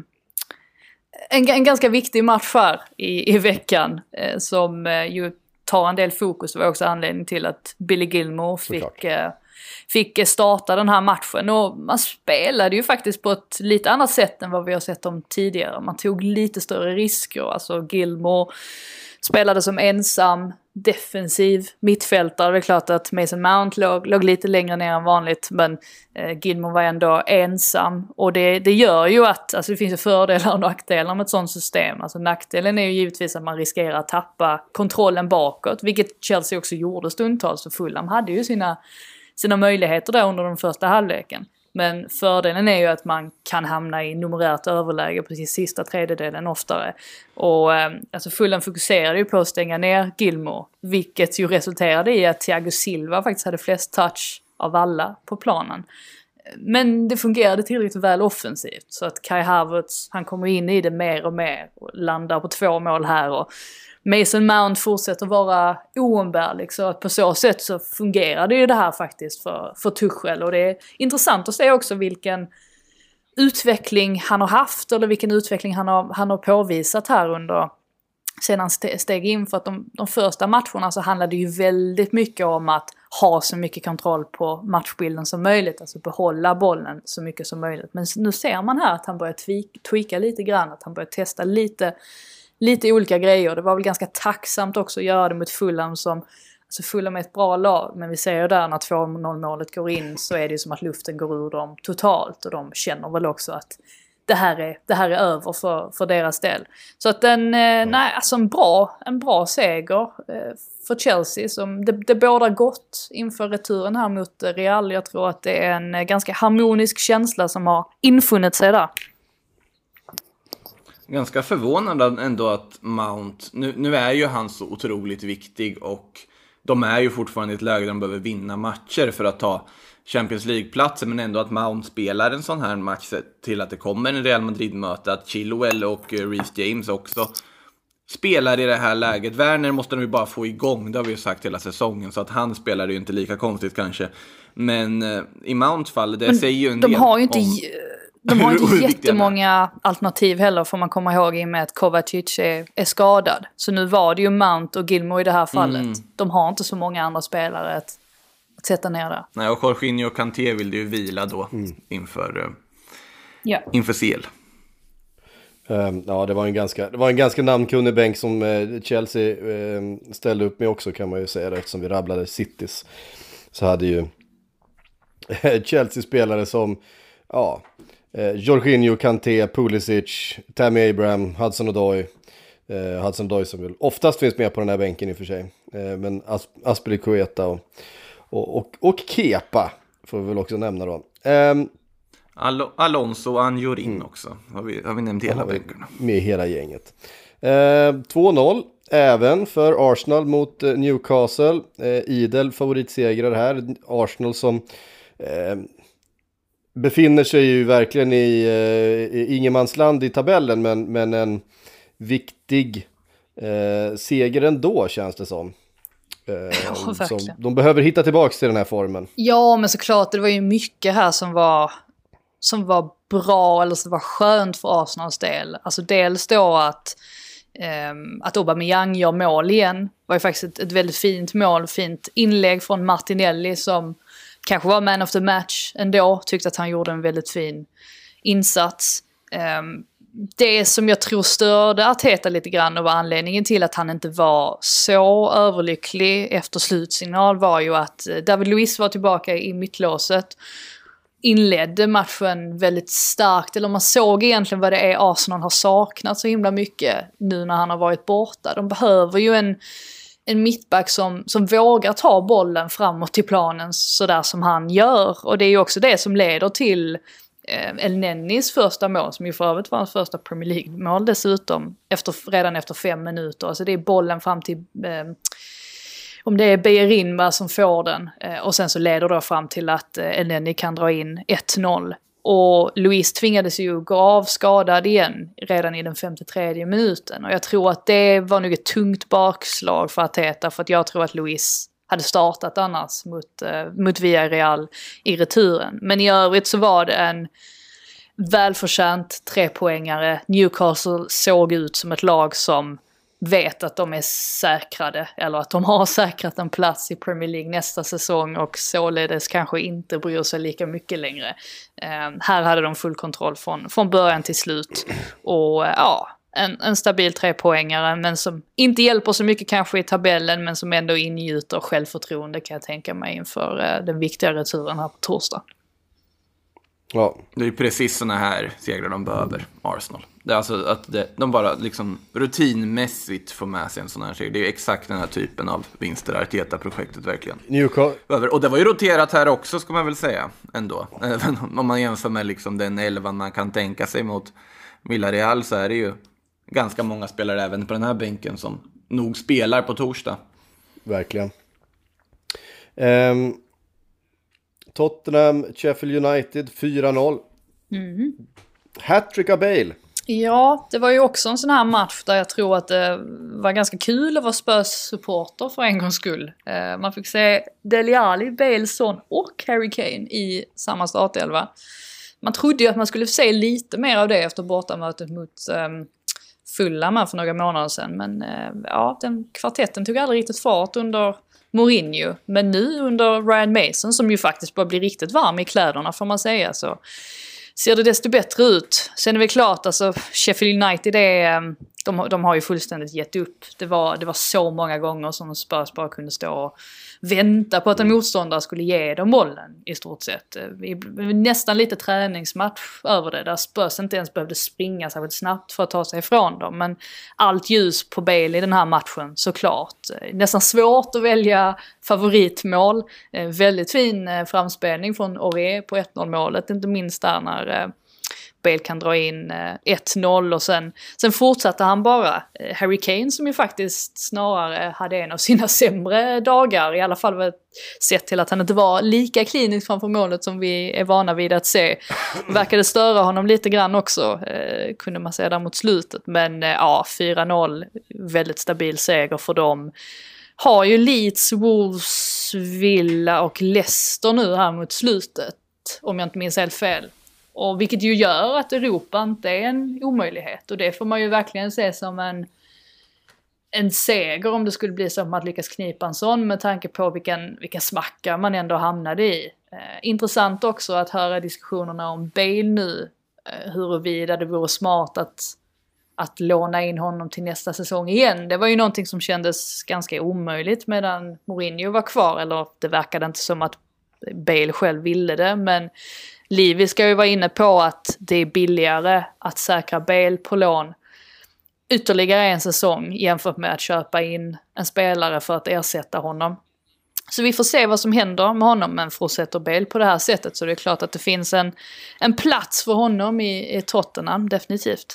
en ganska viktig match här i veckan som ju tar en del fokus. Det var också anledning till att Billy Gilmour fick starta den här matchen. Och man spelade ju faktiskt på ett lite annat sätt än vad vi har sett om tidigare. Man tog lite större risker. Alltså Gilmour spelade som ensam defensiv mittfältare. Det är klart att Mason Mount låg lite längre ner än vanligt, men Gilmour var ändå ensam. Och det gör ju att alltså det finns ju fördelar och nackdelar med ett sånt system. Alltså nackdelen är ju givetvis att man riskerar att tappa kontrollen bakåt, vilket Chelsea också gjorde stundtals. För Fulham hade ju sina möjligheter där under den första halvleken. Men fördelen är ju att man kan hamna i numerärt överläge på sin sista tredjedelen oftare. Och alltså Fulham fokuserade ju på att stänga ner Gilmour, vilket ju resulterade i att Thiago Silva faktiskt hade flest touch av alla på planen. Men det fungerade tillräckligt väl offensivt. Så att Kai Havertz, han kommer in i det mer och mer. Och landar på 2 mål här. Och Mason Mount fortsätter vara oumbärlig. Så att på så sätt så fungerade ju det här faktiskt för Tuchel. Och det är intressant att se också vilken utveckling han har haft. Eller vilken utveckling han har påvisat här under sedan han steg in. För att de första matcherna så handlade ju väldigt mycket om att ha så mycket kontroll på matchbilden som möjligt. Alltså behålla bollen så mycket som möjligt. Men nu ser man här att han börjar tweaka lite grann. Att han börjar testa lite olika grejer. Det var väl ganska tacksamt också att göra det mot Fulham som... Alltså Fulham är ett bra lag. Men vi ser ju där när 2-0 målet går in så är det ju som att luften går ur dem totalt. Och de känner väl också att det här är över för deras del. Så att alltså en bra seger för Chelsea. Som det bådar gott inför returen här mot Real. Jag tror att det är en ganska harmonisk känsla som har infunnit sig där. Ganska förvånande ändå att Mount, nu är ju han så otroligt viktig och de är ju fortfarande i ett läge där de behöver vinna matcher för att ta Champions League-platser, men ändå att Mount spelar en sån här match till att det kommer en Real Madrid-möte, att Chilwell och Reece James också spelar i det här läget. Werner måste de ju bara få igång, det har vi ju sagt hela säsongen, så att han spelar ju inte lika konstigt kanske. Men i Mounts fall, det säger ju en del De har inte jättemånga alternativ heller, får man komma ihåg, i och med att Kovacic är skadad. Så nu var det ju Mount och Gilmour i det här fallet. De har inte så många andra spelare att sätta ner där. Nej, och Jorginho och Kanté vill ju vila då inför CL. Ja, det var en ganska namnkunnig bänk som Chelsea ställde upp med också, kan man ju säga det, eftersom vi rabblade Citys. Så hade ju Chelsea-spelare som Jorginho, Kanté, Pulisic, Tammy Abraham, Hudson-Odoi som väl oftast finns med på den här bänken i och för sig. Men Azpilicueta och Kepa får vi väl också nämna då. Alonso och Anjorin också. Har vi nämnt hela bänken? Med hela gänget. 2-0 även för Arsenal mot Newcastle. Idel favoritsegrar här. Arsenal som befinner sig ju verkligen i ingenmansland i tabellen, men en viktig seger ändå, känns det som. Som de behöver hitta tillbaka till den här formen. Ja, men såklart, det var ju mycket här som var bra eller som var skönt för Arsenals del. Alltså dels då att Aubameyang gör mål igen var ju faktiskt ett väldigt fint mål, fint inlägg från Martinelli som kanske var man of the match ändå. Tyckte att han gjorde en väldigt fin insats. Det som jag tror störde Arteta lite grann och var anledningen till att han inte var så överlycklig efter slutsignal var ju att David Luiz var tillbaka i mittlåset. Inledde matchen väldigt starkt, eller man såg egentligen vad det är Arsenal har saknat så himla mycket nu när han har varit borta. De behöver ju en mittback som vågar ta bollen framåt till planen sådär som han gör. Och det är ju också det som leder till El Nennis första mål, som ju för övrigt var hans första Premier League-mål dessutom, redan efter 5 minuter. Alltså det är bollen fram till, om det är Beirinma som får den, och sen så leder det fram till att El Nenni kan dra in 1-0. Och Luis tvingades ju gå av skadad igen redan i den 53:e minuten. Och jag tror att det var nog ett tungt bakslag för Arteta, för att jag tror att Luis hade startat annars mot Villarreal i returen. Men i övrigt så var det en välförtjänt 3-poängare. Newcastle såg ut som ett lag som vet att de är säkrade, eller att de har säkrat en plats i Premier League nästa säsong och således kanske inte bryr sig lika mycket längre. Här hade de full kontroll från början till slut. Och en stabil 3-poängare, men som inte hjälper så mycket kanske i tabellen, men som ändå ingjuter självförtroende, kan jag tänka mig, inför den viktiga returen här på torsdag. Ja. Det är ju precis såna här segrar de behöver, Arsenal. Det är alltså att de bara liksom rutinmässigt får med sig en sån här seger. Det är ju exakt den här typen av vinster, Arteta-projektet verkligen. Och det var ju roterat här också, ska man väl säga, ändå. Även om man jämför med liksom den 11 man kan tänka sig mot Villarreal, så är det ju ganska många spelare även på den här bänken som nog spelar på torsdag. Verkligen. Tottenham, Sheffield United 4-0. Hattrick av Bale. Ja, det var ju också en sån här match där jag tror att det var ganska kul att vara Spurs-supporter för en gångs skull. Man fick se Dele Alli, Bales son och Harry Kane i samma startelva. Man trodde ju att man skulle se lite mer av det efter bortamötet mot Fulham för några månader sedan. Men ja, den kvartetten tog aldrig riktigt fart under Mourinho. Men nu under Ryan Mason, som ju faktiskt bara blir riktigt varm i kläderna får man säga, så ser det desto bättre ut. Sen är det väl klart, alltså Sheffield United de har ju fullständigt gett upp. Det var så många gånger som Spurs bara kunde stå och vänta på att en motståndare skulle ge dem bollen i stort sett. Nästan lite träningsmatch över det, där Spurs inte ens behövde springa särskilt snabbt för att ta sig ifrån dem. Men allt ljus på Bale i den här matchen, såklart. Nästan svårt att välja favoritmål. Väldigt fin framspelning från Aurier på 1-0 målet, inte minst där när Bale kan dra in 1-0 och sen fortsatte han bara. Harry Kane, som ju faktiskt snarare hade en av sina sämre dagar, i alla fall sett till att han inte var lika klinisk framför målet som vi är vana vid att se. Verkade störa honom lite grann också, kunde man säga där mot slutet. Men ja, 4-0, väldigt stabil seger för dem. Har ju Leeds, Wolves, Villa och Leicester nu här mot slutet, om jag inte minns helt fel. Och vilket ju gör att Europa inte är en omöjlighet. Och det får man ju verkligen se som en seger om det skulle bli så att man lyckas knipa en sån, med tanke på vilken smacka man ändå hamnade i. Intressant också att höra diskussionerna om Bale nu. Huruvida det vore smart att låna in honom till nästa säsong igen. Det var ju någonting som kändes ganska omöjligt medan Mourinho var kvar. Eller det verkade inte som att Bale själv ville det, men Livi ska ju vara inne på att det är billigare att säkra Bale på lån ytterligare en säsong jämfört med att köpa in en spelare för att ersätta honom. Så vi får se vad som händer med honom, men fortsätter Bale på det här sättet så det är klart att det finns en plats för honom i Tottenham, definitivt.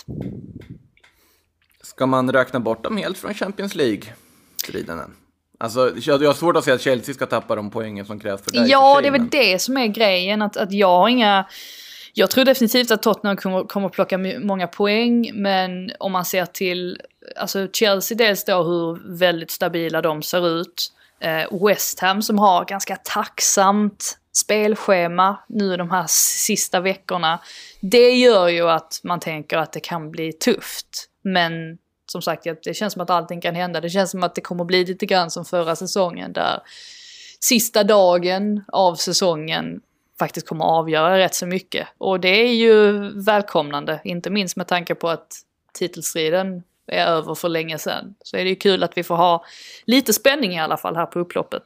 Ska man räkna bort dem helt från Champions League-striden än? Alltså, jag har svårt att säga att Chelsea ska tappa de poängen som krävs för det. Ja, det är väl det som är grejen. Att jag har inga... Jag tror definitivt att Tottenham kommer plocka många poäng. Men om man ser till alltså Chelsea, dels då hur väldigt stabila de ser ut. West Ham som har ganska tacksamt spelschema nu de här sista veckorna. Det gör ju att man tänker att det kan bli tufft. Men som sagt, det känns som att allting kan hända. Det känns som att det kommer bli lite grann som förra säsongen, där sista dagen av säsongen faktiskt kommer att avgöra rätt så mycket. Och det är ju välkomnande, inte minst med tanke på att titelstriden är över för länge sedan. Så är det ju kul att vi får ha lite spänning i alla fall här på upploppet.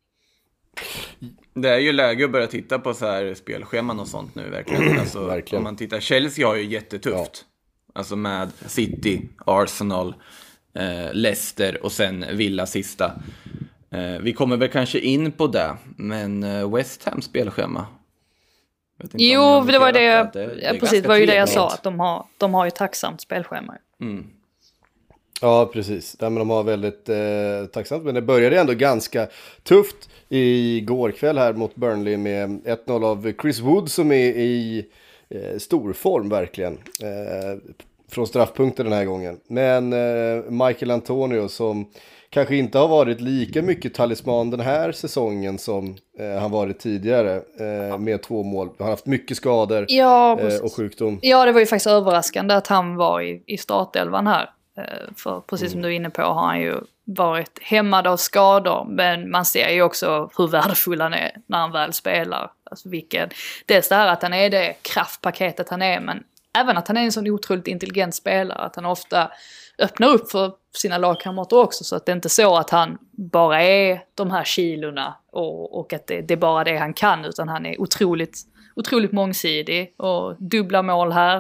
Det är ju läge att börja titta på så här spelscheman och sånt nu, verkligen. Alltså, verkligen. Om man tittar, Chelsea har ju jättetufft. Ja. Alltså med City, Arsenal, Leicester och sen Villa sista. Vi kommer väl kanske in på det, men West Ham spelschema. Jo, det var det, precis, det var ju det jag sa, att de har ju tacksamt spelschema. Mm. Ja, precis. Ja, men de har väldigt tacksamt, men det började ändå ganska tufft igår kväll här mot Burnley med 1-0 av Chris Wood, som är i stor form verkligen från straffpunkter den här gången. Men Michael Antonio, som kanske inte har varit lika mycket talisman den här säsongen som han varit tidigare, med 2 mål. Han har haft mycket skador och sjukdom. Ja, det var ju faktiskt överraskande att han var i startelvan här. För precis som du är inne på har han ju varit hämmad av skador, men man ser ju också hur värdefull han är när han väl spelar. Alltså dels det här att han är det kraftpaketet han är, men även att han är en sån otroligt intelligent spelare, att han ofta öppnar upp för sina lagkamrater också, så att det är inte så att han bara är de här kilorna och att det är bara det han kan, utan han är otroligt mångsidig och dubbla mål här.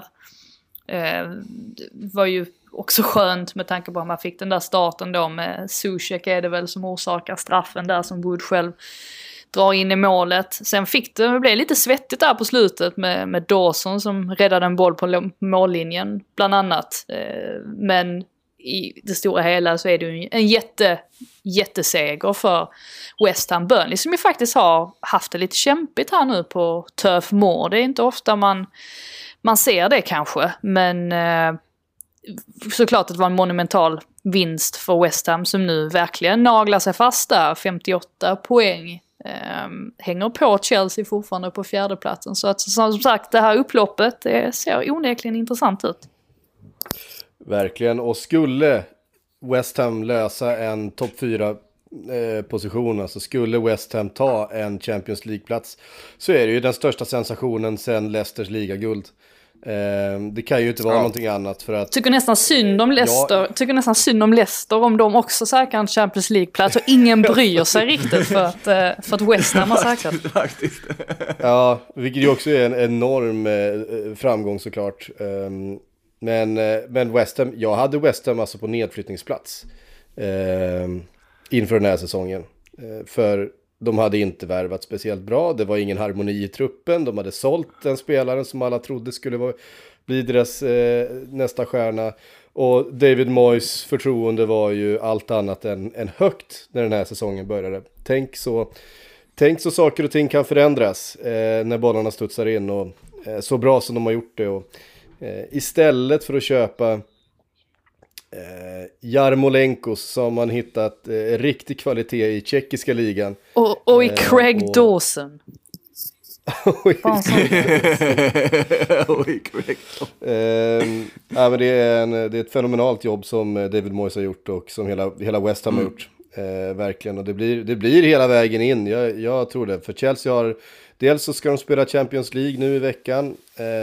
Var ju också skönt med tanke på att man fick den där starten då med Soucek, är det väl, som orsakar straffen där som Wood själv drar in i målet. Sen blev lite svettigt där på slutet med Dawson som räddade en boll på mållinjen bland annat. Men i det stora hela så är det ju en jätteseger för West Ham. Burnley som ju faktiskt har haft det lite kämpigt här nu på Turf Moor. Det är inte ofta man ser det kanske, men såklart att det var en monumental vinst för West Ham som nu verkligen naglar sig fast där, 58 poäng. Hänger på Chelsea fortfarande på fjärdeplatsen. Så att som sagt, det här upploppet ser onekligen intressant ut. Verkligen, och skulle West Ham lösa en topp 4 position, alltså skulle West Ham ta en Champions League-plats, så är det ju den största sensationen sedan Leicesters ligaguld. Det kan ju inte vara någonting annat, för att tycker nästan synd om Leicester. Tycker nästan synd om Leicester om de också säkrar en Champions League-plats och ingen bryr sig riktigt för att West Ham har säkrat. Faktiskt. Ja, vilket ju också är en enorm framgång såklart. Men West Ham, jag hade West Ham alltså på nedflyttningsplats inför den här säsongen. För de hade inte värvat speciellt bra, det var ingen harmoni i truppen, de hade sålt den spelaren som alla trodde skulle bli deras nästa stjärna. Och David Moyes förtroende var ju allt annat än högt när den här säsongen började. Tänk så saker och ting kan förändras när bollarna studsar in, och så bra som de har gjort det. Och istället för att köpa Jarmolenkos som man hittat riktig kvalitet i tjeckiska ligan. Och i Craig Dawson. Men det är ett fenomenalt jobb som David Moyes har gjort och som hela West Ham har gjort. Verkligen, och det blir hela vägen in. Jag tror det, för Chelsea har dels så ska de spela Champions League nu i veckan,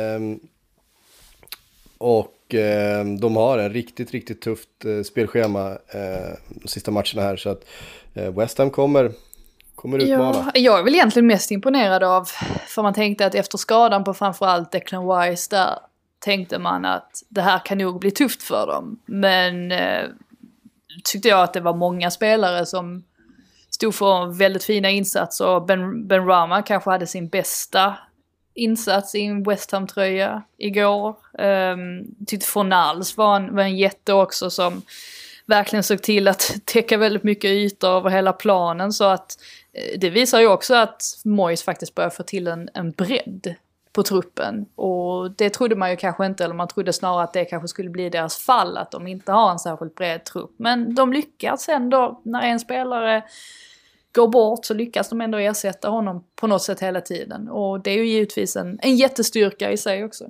och de har en riktigt tufft spelschema de sista matcherna här, så att West Ham kommer utmana. Ja, jag är väl egentligen mest imponerad av, för man tänkte att efter skadan på framförallt Declan Rice där tänkte man att det här kan nog bli tufft för dem, men tyckte jag att det var många spelare som stod för väldigt fina insatser, och Ben Rama kanske hade sin bästa insats i en West Ham-tröja igår. Tyckte Fornals var en jätte också som verkligen såg till att täcka väldigt mycket ytor över hela planen, så att det visar ju också att Moyes faktiskt börjar få till en bredd på truppen, och det trodde man ju kanske inte, eller man trodde snarare att det kanske skulle bli deras fall, att de inte har en särskilt bred trupp, men de lyckas ändå. När en spelare går bort så lyckas de ändå ersätta honom på något sätt hela tiden, och det är ju givetvis en jättestyrka i sig också.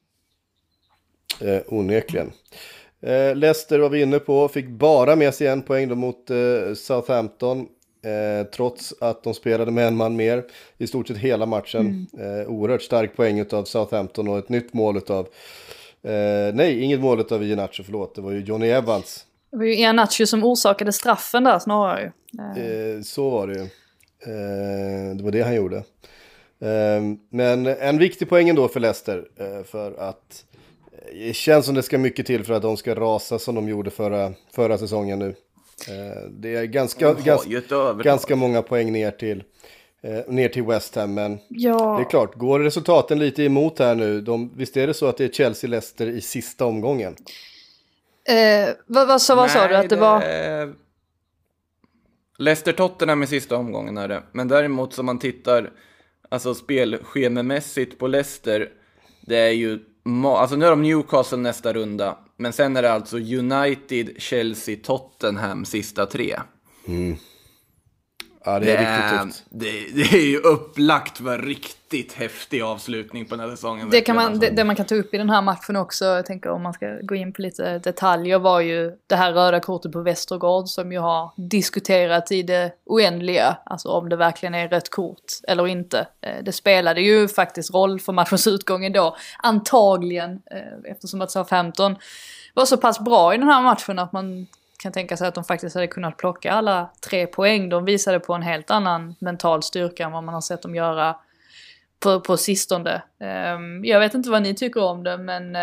Onekligen. Leicester var vi inne på, fick bara med sig en poäng då mot Southampton, trots att de spelade med en man mer i stort sett hela matchen. Oerhört stark poäng utav Southampton, och ett nytt mål utav inget mål utav Iheanacho, förlåt, det var ju Johnny Evans. Det var ju Iheanacho som orsakade straffen där snarare. Så var det ju. Det var det han gjorde. Men en viktig poäng ändå för Leicester, för att det känns som det ska mycket till för att de ska rasa som de gjorde förra säsongen nu. Det är ganska många poäng ner till West Ham, men ja, det är klart, går resultaten lite emot här nu? Visst är det så att det är Chelsea-Leicester i sista omgången? Vad sa du att det var? Leicester-Tottenham i sista omgången är det. Men däremot som man tittar alltså spelschememässigt på Leicester, det är ju alltså nu är de Newcastle nästa runda, men sen är det alltså United, Chelsea, Tottenham sista 3. Ja, det är riktigt tufft. Det är ju upplagt för riktigt häftig avslutning på den här säsongen. Det man kan ta upp i den här matchen också, jag tänker om man ska gå in på lite detaljer, var ju det här röda kortet på Westergaard som ju har diskuterat i det oändliga, alltså om det verkligen är rött kort eller inte. Det spelade ju faktiskt roll för matchens utgång då, antagligen, eftersom att Southampton var så pass bra i den här matchen att man kan tänka sig att de faktiskt hade kunnat plocka alla 3 poäng. De visade på en helt annan mental styrka än vad man har sett dem göra på sistone. Jag vet inte vad ni tycker om det, men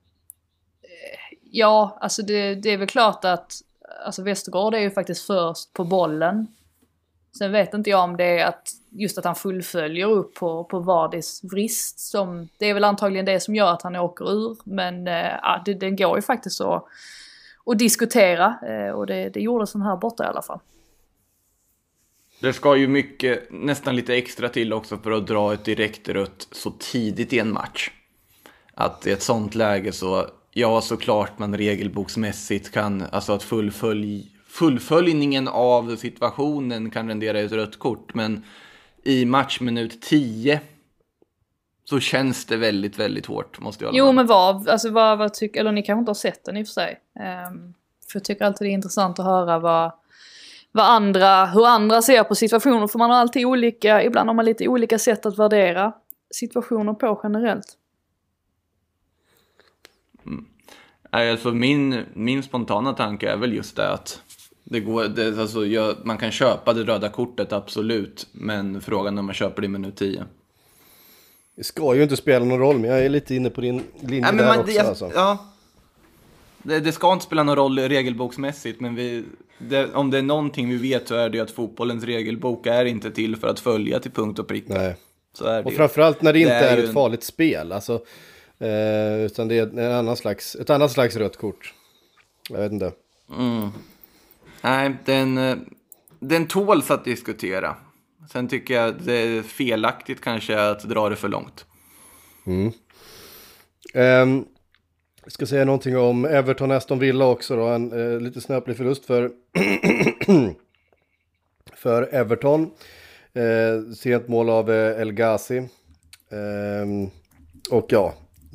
ja, alltså det är väl klart att alltså Westergaard är ju faktiskt först på bollen. Sen vet inte jag om det är just att han fullföljer upp på Vardis vrist, som det är väl antagligen det som gör att han åker ur, men det går ju faktiskt så och diskutera. Och det gjorde sån här borta i alla fall. Det ska ju mycket, nästan lite extra till också för att dra ett direkt rött så tidigt i en match. Att i ett sånt läge så, ja såklart man regelboksmässigt kan, alltså att fullföljningen av situationen kan rendera ett rött kort. Men i matchminut 10 så känns det väldigt, väldigt hårt, måste jag Jo, men vad tycker, eller ni kanske inte har sett den i och för sig. För jag tycker alltid det är intressant att höra hur andra ser på situationer. För man har alltid ibland har man lite olika sätt att värdera situationer på generellt. Alltså min spontana tanke är väl just det att man kan köpa det röda kortet, absolut. Men frågan om man köper det i minut 10. Det ska ju inte spela någon roll, men jag är lite inne på din linje där också. Alltså. Ja, det ska inte spela någon roll regelboksmässigt, men om det är någonting vi vet så är det att fotbollens regelbok är inte till för att följa till punkt och pricka. Nej. Så är det. Och framförallt när det inte är ju ett farligt spel, alltså, utan det är ett annat slags rött kort. Jag vet inte. Nej, den tåls att diskutera. Sen tycker jag det är felaktigt kanske att dra det för långt. Jag ska säga någonting om Everton Aston Villa också då. En lite snöplig förlust för Everton. Sent mål av El Ghazi. Och ja,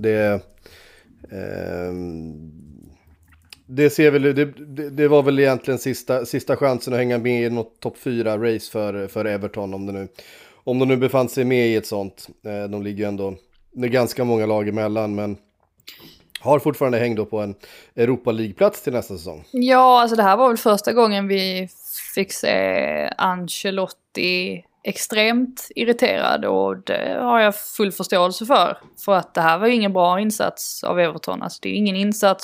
det ser väl, det var väl egentligen sista chansen att hänga med i något topp 4-race för Everton, om de nu befann sig med i ett sånt. De ligger ändå, det är ganska många lag emellan, men har fortfarande häng då på en Europa League-plats till nästa säsong. Ja, alltså det här var väl första gången vi fick se Ancelotti extremt irriterad, och det har jag full förståelse för att det här var ju ingen bra insats av Everton. Alltså det är ingen insats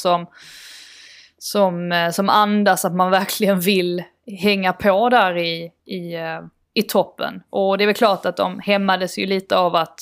som andas att man verkligen vill hänga på där i toppen. Och det är väl klart att de hämmades ju lite av att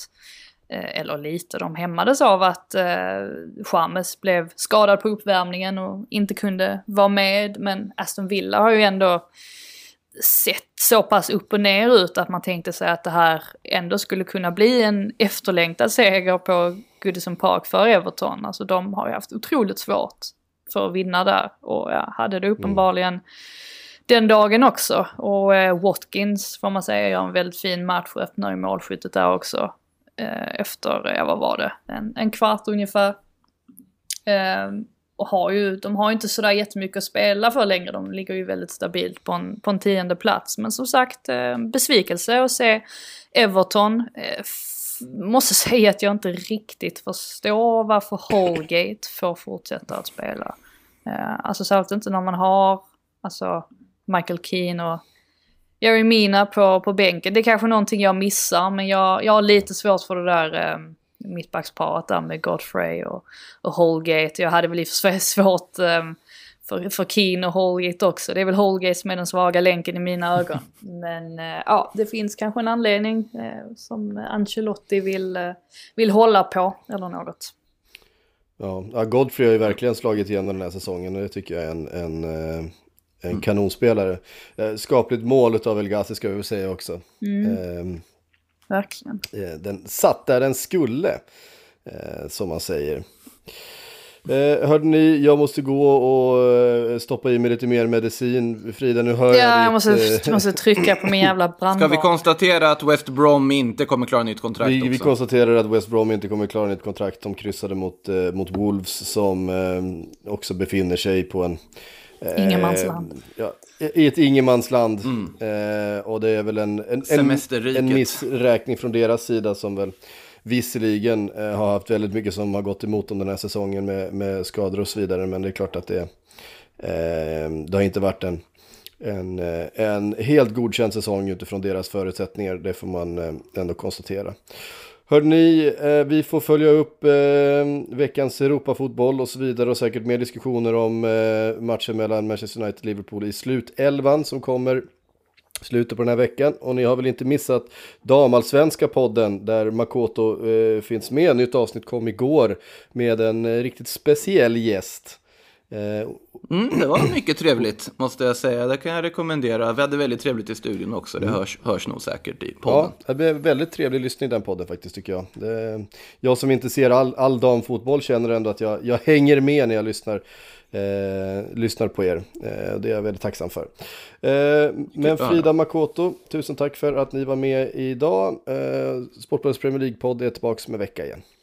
James blev skadad på uppvärmningen och inte kunde vara med. Men Aston Villa har ju ändå sett så pass upp och ner ut att man tänkte sig att det här ändå skulle kunna bli en efterlängtad seger på Goodison Park för Everton. Alltså de har ju haft otroligt svårt för att vinna där, och hade det uppenbarligen den dagen också. Och Watkins får man säga gör en väldigt fin match och öppnar i målskyttet där också. Efter, vad var det? En kvart ungefär. Och de har ju inte sådär jättemycket att spela för längre. De ligger ju väldigt stabilt på en 10:e plats. Men som sagt, besvikelse att se Everton. Måste säga att jag inte riktigt förstår varför Holgate får fortsätta att spela. Alltså särskilt inte när man har Michael Keane och Yerry Mina på bänken. Det är kanske någonting jag missar, men jag har lite svårt för det där mittbacksparet där med Godfrey och Holgate. Jag hade väl i och för sig svårt för Keane och Holgate också. Det är väl Holgate som är den svaga länken i mina ögon. Men det finns kanske en anledning som Ancelotti vill hålla på eller något. Ja, Godfrey har ju verkligen slagit igenom den här säsongen, och det tycker jag är en kanonspelare. Skapligt mål av El Ghazi ska vi väl säga också. Verkligen. Den satt där den skulle, som man säger. Hörde ni, jag måste gå och stoppa i mig lite mer medicin. Frida, nu hör jag måste trycka på min jävla brandvarn. Ska vi konstatera att West Brom inte kommer klara nytt kontrakt också? Vi konstaterar att West Brom inte kommer klara nytt kontrakt. De kryssade mot Wolves, som också befinner sig på en ingenmansland. I ett ingenmansland. Och det är väl en missräkning från deras sida, som väl visserligen har haft väldigt mycket som har gått emot dem den här säsongen med skador och så vidare. Men det är klart att det har inte varit en helt godkänd säsong utifrån deras förutsättningar. Det får man ändå konstatera. Hörde ni, vi får följa upp veckans Europafotboll och så vidare, och säkert mer diskussioner om matchen mellan Manchester United och Liverpool i slutelvan som kommer slutet på den här veckan. Och ni har väl inte missat Damallsvenska podden där Makoto finns med. Nytt avsnitt kom igår med en riktigt speciell gäst. Det var mycket trevligt, måste jag säga. Det kan jag rekommendera. Vi hade väldigt trevligt i studion också. Det hörs nog säkert i podden. Ja, det blev väldigt trevlig lyssning i den podden faktiskt, tycker jag. Jag som inte ser all damfotboll känner ändå att jag hänger med när jag lyssnar på er. Det är jag väldigt tacksam för. Men Frida Makoto, tusen tack för att ni var med idag. Sportbladets Premier League-podd är tillbaka med vecka igen.